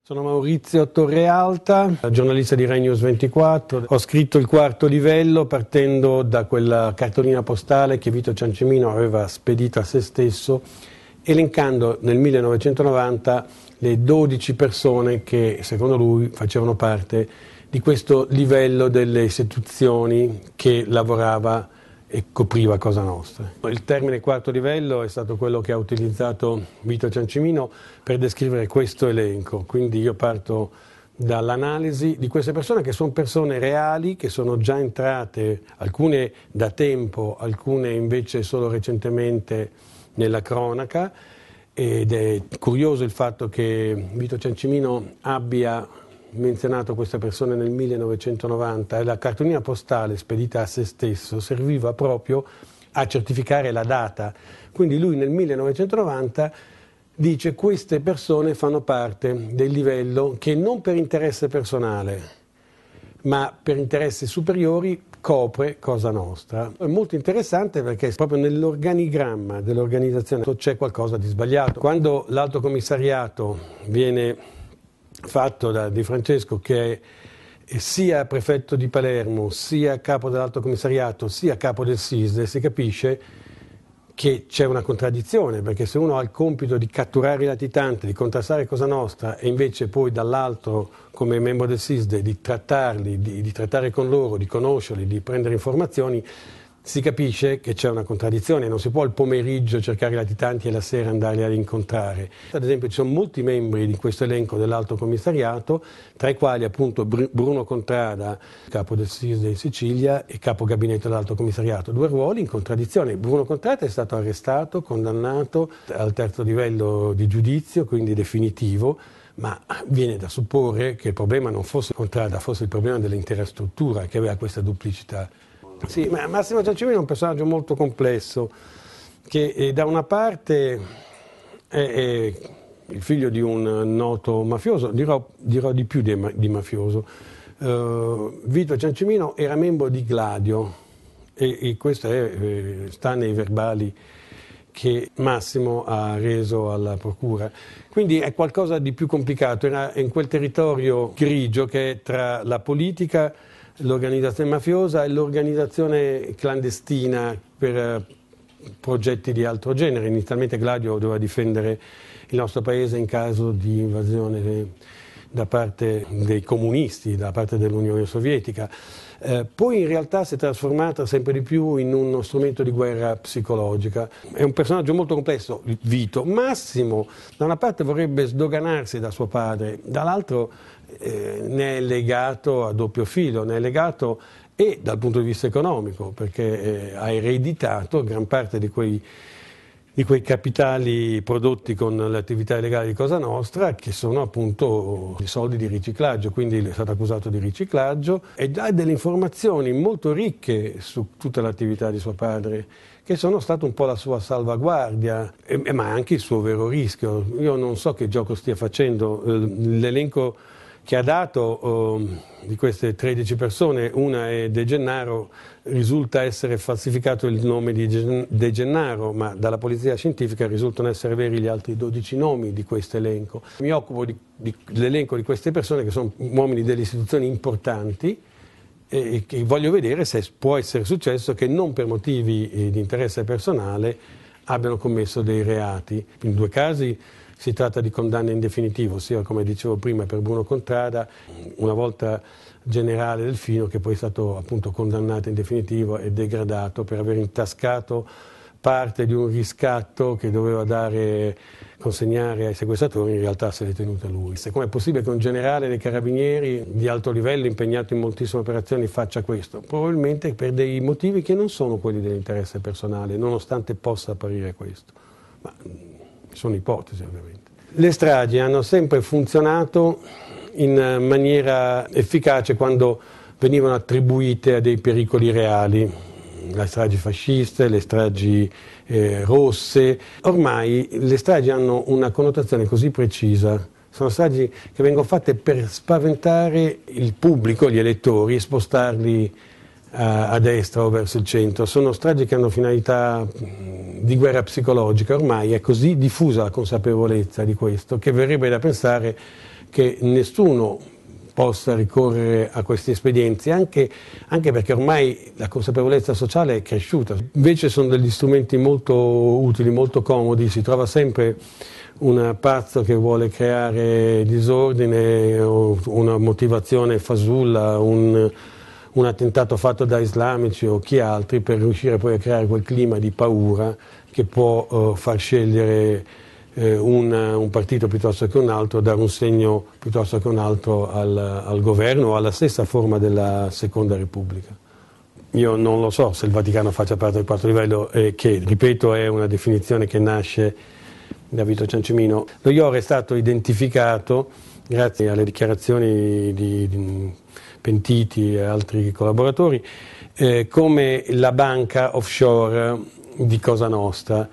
Sono Maurizio Torrealta, giornalista di Rai News 24. Ho scritto il quarto livello partendo da quella cartolina postale che Vito Ciancimino aveva spedito a se stesso, elencando nel 1990 le 12 persone che secondo lui facevano parte di questo livello delle istituzioni che lavorava e copriva Cosa Nostra. Il termine quarto livello è stato quello che ha utilizzato Vito Ciancimino per descrivere questo elenco, quindi io parto dall'analisi di queste persone che sono persone reali, che sono già entrate, alcune da tempo, alcune invece solo recentemente nella cronaca, ed è curioso il fatto che Vito Ciancimino abbia menzionato queste persone nel 1990 e la cartolina postale spedita a se stesso serviva proprio a certificare la data. Quindi lui nel 1990 dice: queste persone fanno parte del livello che non per interesse personale ma per interessi superiori copre Cosa Nostra. È molto interessante perché proprio nell'organigramma dell'organizzazione c'è qualcosa di sbagliato. Quando l'Alto Commissariato viene fatto da Di Francesco, che è sia prefetto di Palermo, sia capo dell'Alto Commissariato, sia capo del SISDE, si capisce che c'è una contraddizione, perché se uno ha il compito di catturare i latitanti, di contrastare Cosa Nostra e invece poi dall'altro come membro del SISDE di trattarli, di trattare con loro, di conoscerli, di prendere informazioni, si capisce che c'è una contraddizione, non si può il pomeriggio cercare i latitanti e la sera andarli ad incontrare. Ad esempio ci sono molti membri di questo elenco dell'Alto Commissariato, tra i quali appunto Bruno Contrada, capo del SISDE in Sicilia e capo gabinetto dell'Alto Commissariato, due ruoli in contraddizione. Bruno Contrada è stato arrestato, condannato al terzo livello di giudizio, quindi definitivo, ma viene da supporre che il problema non fosse Contrada, fosse il problema dell'intera struttura che aveva questa duplicità. Sì, ma Massimo Ciancimino è un personaggio molto complesso che da una parte è il figlio di un noto mafioso, dirò di più di mafioso. Vito Ciancimino era membro di Gladio e questo sta nei verbali che Massimo ha reso alla procura. Quindi è qualcosa di più complicato, era in quel territorio grigio che è tra la politica, l'organizzazione mafiosa e l'organizzazione clandestina per progetti di altro genere. Inizialmente Gladio doveva difendere il nostro paese in caso di invasione da parte dei comunisti, da parte dell'Unione Sovietica. Poi in realtà si è trasformata sempre di più in uno strumento di guerra psicologica. È un personaggio molto complesso, Vito. Massimo, da una parte vorrebbe sdoganarsi da suo padre, dall'altro ne è legato a doppio filo, ne è legato e dal punto di vista economico, perché ha ereditato gran parte di quei capitali prodotti con le attività illegali di Cosa Nostra, che sono appunto i soldi di riciclaggio, quindi è stato accusato di riciclaggio e dà delle informazioni molto ricche su tutta l'attività di suo padre, che sono state un po' la sua salvaguardia, ma anche il suo vero rischio. Io non so che gioco stia facendo, l'elenco che ha dato di queste 13 persone, una è De Gennaro, risulta essere falsificato il nome di De Gennaro, ma dalla polizia scientifica risultano essere veri gli altri 12 nomi di questo elenco. Mi occupo dell'elenco di queste persone che sono uomini delle istituzioni importanti e che voglio vedere se può essere successo che non per motivi di interesse personale abbiano commesso dei reati. In due casi si tratta di condanne in definitivo, sia come dicevo prima per Bruno Contrada, una volta generale Delfino, che poi è stato appunto condannato in definitivo e degradato per aver intascato parte di un riscatto che doveva consegnare ai sequestratori, in realtà se l'è tenuta lui. Come è possibile che un generale dei carabinieri di alto livello impegnato in moltissime operazioni faccia questo? Probabilmente per dei motivi che non sono quelli dell'interesse personale, nonostante possa apparire questo. Ma sono ipotesi ovviamente. Le stragi hanno sempre funzionato in maniera efficace quando venivano attribuite a dei pericoli reali, le stragi fasciste, le stragi rosse. Ormai le stragi hanno una connotazione così precisa, sono stragi che vengono fatte per spaventare il pubblico, gli elettori, e spostarli a destra o verso il centro. Sono stragi che hanno finalità di guerra psicologica. Ormai è così diffusa la consapevolezza di questo che verrebbe da pensare che nessuno possa ricorrere a questi espedienti, anche perché ormai la consapevolezza sociale è cresciuta. Invece sono degli strumenti molto utili, molto comodi, si trova sempre un pazzo che vuole creare disordine, o una motivazione fasulla, un attentato fatto da islamici o chi altri, per riuscire poi a creare quel clima di paura che può far scegliere un partito piuttosto che un altro, dare un segno piuttosto che un altro al governo o alla stessa forma della Seconda Repubblica. Io non lo so se il Vaticano faccia parte del quarto livello, che ripeto è una definizione che nasce da Vito Ciancimino. Lo IOR è stato identificato grazie alle dichiarazioni di pentiti e altri collaboratori come la banca offshore di Cosa Nostra.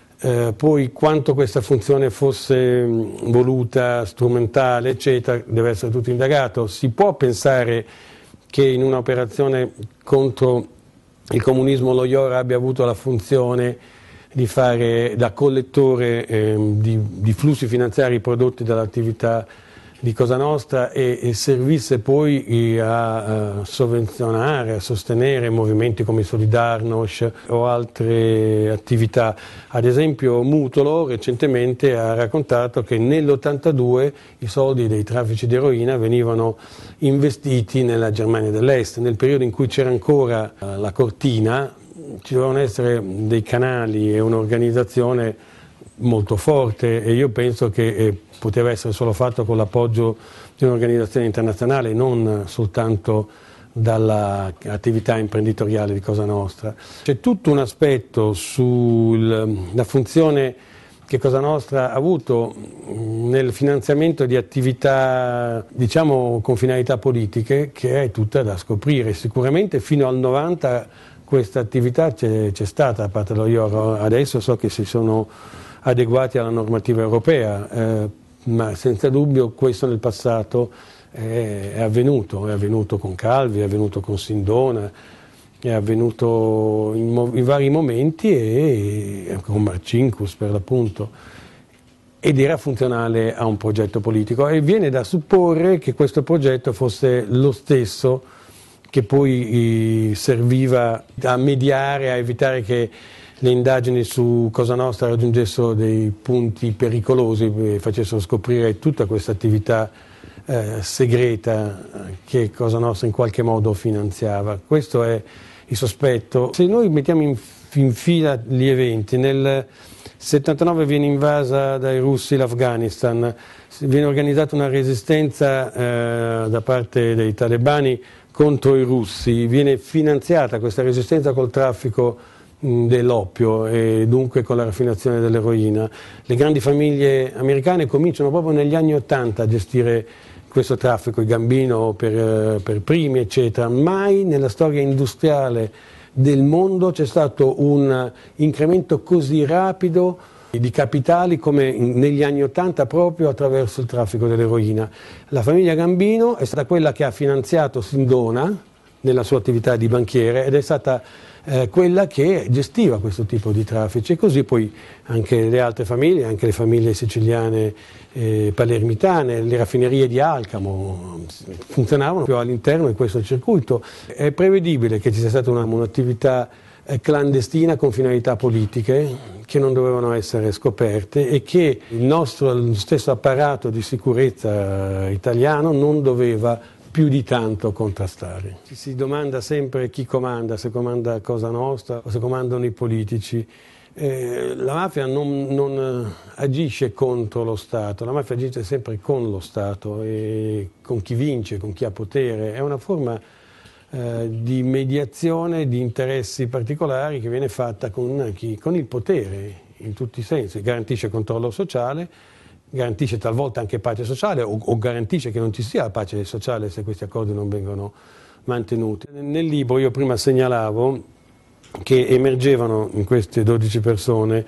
Poi quanto questa funzione fosse voluta, strumentale, eccetera, deve essere tutto indagato. Si può pensare che in un'operazione contro il comunismo lo IOR abbia avuto la funzione di fare da collettore di flussi finanziari prodotti dall'attività di Cosa Nostra e servisse poi a sovvenzionare, a sostenere movimenti come Solidarnosc o altre attività. Ad esempio Mutolo recentemente ha raccontato che nell'82 i soldi dei traffici di eroina venivano investiti nella Germania dell'Est. Nel periodo in cui c'era ancora la cortina ci dovevano essere dei canali e un'organizzazione molto forte, e io penso che poteva essere solo fatto con l'appoggio di un'organizzazione internazionale, non soltanto dall'attività imprenditoriale di Cosa Nostra. C'è tutto un aspetto sulla funzione che Cosa Nostra ha avuto nel finanziamento di attività, diciamo, con finalità politiche, che è tutta da scoprire. Sicuramente fino al 90 questa attività c'è stata da parte dello IOR, adesso so che si sono adeguati alla normativa europea, ma senza dubbio questo nel passato è avvenuto con Calvi, è avvenuto con Sindona, è avvenuto in vari momenti e con Marcinkus per l'appunto, ed era funzionale a un progetto politico, e viene da supporre che questo progetto fosse lo stesso che poi serviva a mediare, a evitare che le indagini su Cosa Nostra raggiungessero dei punti pericolosi e facessero scoprire tutta questa attività segreta che Cosa Nostra in qualche modo finanziava. Questo è il sospetto. Se noi mettiamo in fila gli eventi, nel 79 viene invasa dai russi l'Afghanistan, viene organizzata una resistenza da parte dei talebani contro i russi, viene finanziata questa resistenza col traffico dell'oppio e dunque con la raffinazione dell'eroina. Le grandi famiglie americane cominciano proprio negli anni '80 a gestire questo traffico, i Gambino per primi, eccetera. Mai nella storia industriale del mondo c'è stato un incremento così rapido di capitali come negli anni '80 proprio attraverso il traffico dell'eroina. La famiglia Gambino è stata quella che ha finanziato Sindona nella sua attività di banchiere ed è stata quella che gestiva questo tipo di traffici, e così poi anche le altre famiglie, anche le famiglie siciliane palermitane, le raffinerie di Alcamo funzionavano più all'interno di questo circuito. È prevedibile che ci sia stata un'attività clandestina con finalità politiche che non dovevano essere scoperte e che lo stesso apparato di sicurezza italiano non doveva più di tanto contrastare. Ci si domanda sempre chi comanda, se comanda Cosa Nostra o se comandano i politici. La mafia non agisce contro lo Stato, la mafia agisce sempre con lo Stato e con chi vince, con chi ha potere. È una forma di mediazione di interessi particolari che viene fatta con il potere in tutti i sensi. Garantisce controllo sociale, garantisce talvolta anche pace sociale o garantisce che non ci sia pace sociale se questi accordi non vengono mantenuti. Nel libro io prima segnalavo che emergevano in queste 12 persone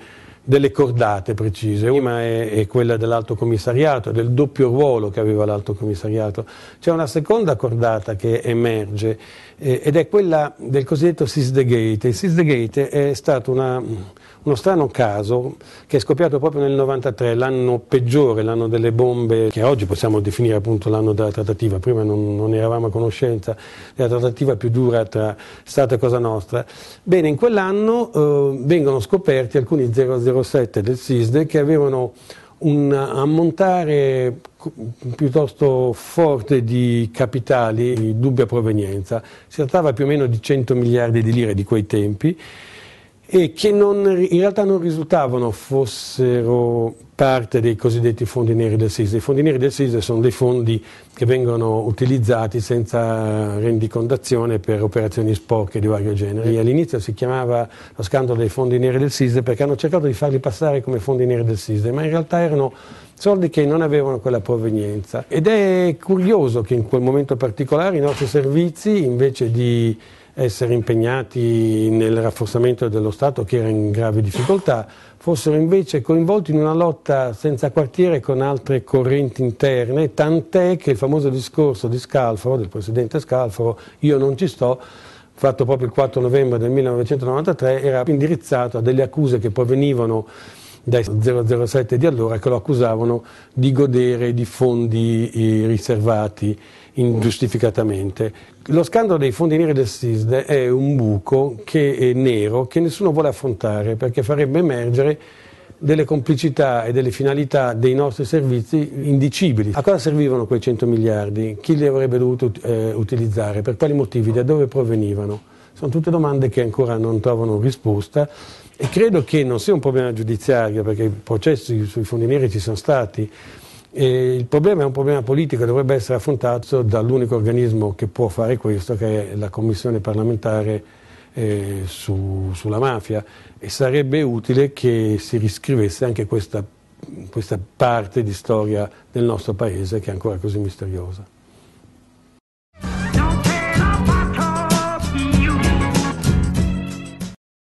delle cordate precise. Una è quella dell'Alto Commissariato, del doppio ruolo che aveva l'Alto Commissariato. C'è una seconda cordata che emerge ed è quella del cosiddetto Sisdegate. Il Sisdegate è stato uno strano caso che è scoppiato proprio nel 93, l'anno peggiore, l'anno delle bombe, che oggi possiamo definire appunto l'anno della trattativa. Prima non eravamo a conoscenza della trattativa più dura tra Stato e Cosa Nostra. Bene, in quell'anno vengono scoperti alcuni 007 del SISDE che avevano un ammontare piuttosto forte di capitali di dubbia provenienza. Si trattava più o meno di 100 miliardi di lire di quei tempi e che in realtà non risultavano fossero parte dei cosiddetti fondi neri del SISDE. I fondi neri del SISDE sono dei fondi che vengono utilizzati senza rendicontazione per operazioni sporche di vario genere. All'inizio si chiamava lo scandalo dei fondi neri del SISDE perché hanno cercato di farli passare come fondi neri del SISDE, ma in realtà erano soldi che non avevano quella provenienza. Ed è curioso che in quel momento particolare i nostri servizi, invece di essere impegnati nel rafforzamento dello Stato che era in grave difficoltà, fossero invece coinvolti in una lotta senza quartiere con altre correnti interne, tant'è che il famoso discorso di Scalfaro, del presidente Scalfaro, io non ci sto, fatto proprio il 4 novembre del 1993, era indirizzato a delle accuse che provenivano dai 007 di allora che lo accusavano di godere di fondi riservati ingiustificatamente. Lo scandalo dei fondi neri del SISDE è un buco che è nero che nessuno vuole affrontare perché farebbe emergere delle complicità e delle finalità dei nostri servizi indicibili. A cosa servivano quei 100 miliardi? Chi li avrebbe dovuto utilizzare? Per quali motivi? Da dove provenivano? Sono tutte domande che ancora non trovano risposta e credo che non sia un problema giudiziario perché i processi sui fondi neri ci sono stati. Il problema è un problema politico che dovrebbe essere affrontato dall'unico organismo che può fare questo, che è la Commissione parlamentare sulla mafia, e sarebbe utile che si riscrivesse anche questa parte di storia del nostro Paese che è ancora così misteriosa.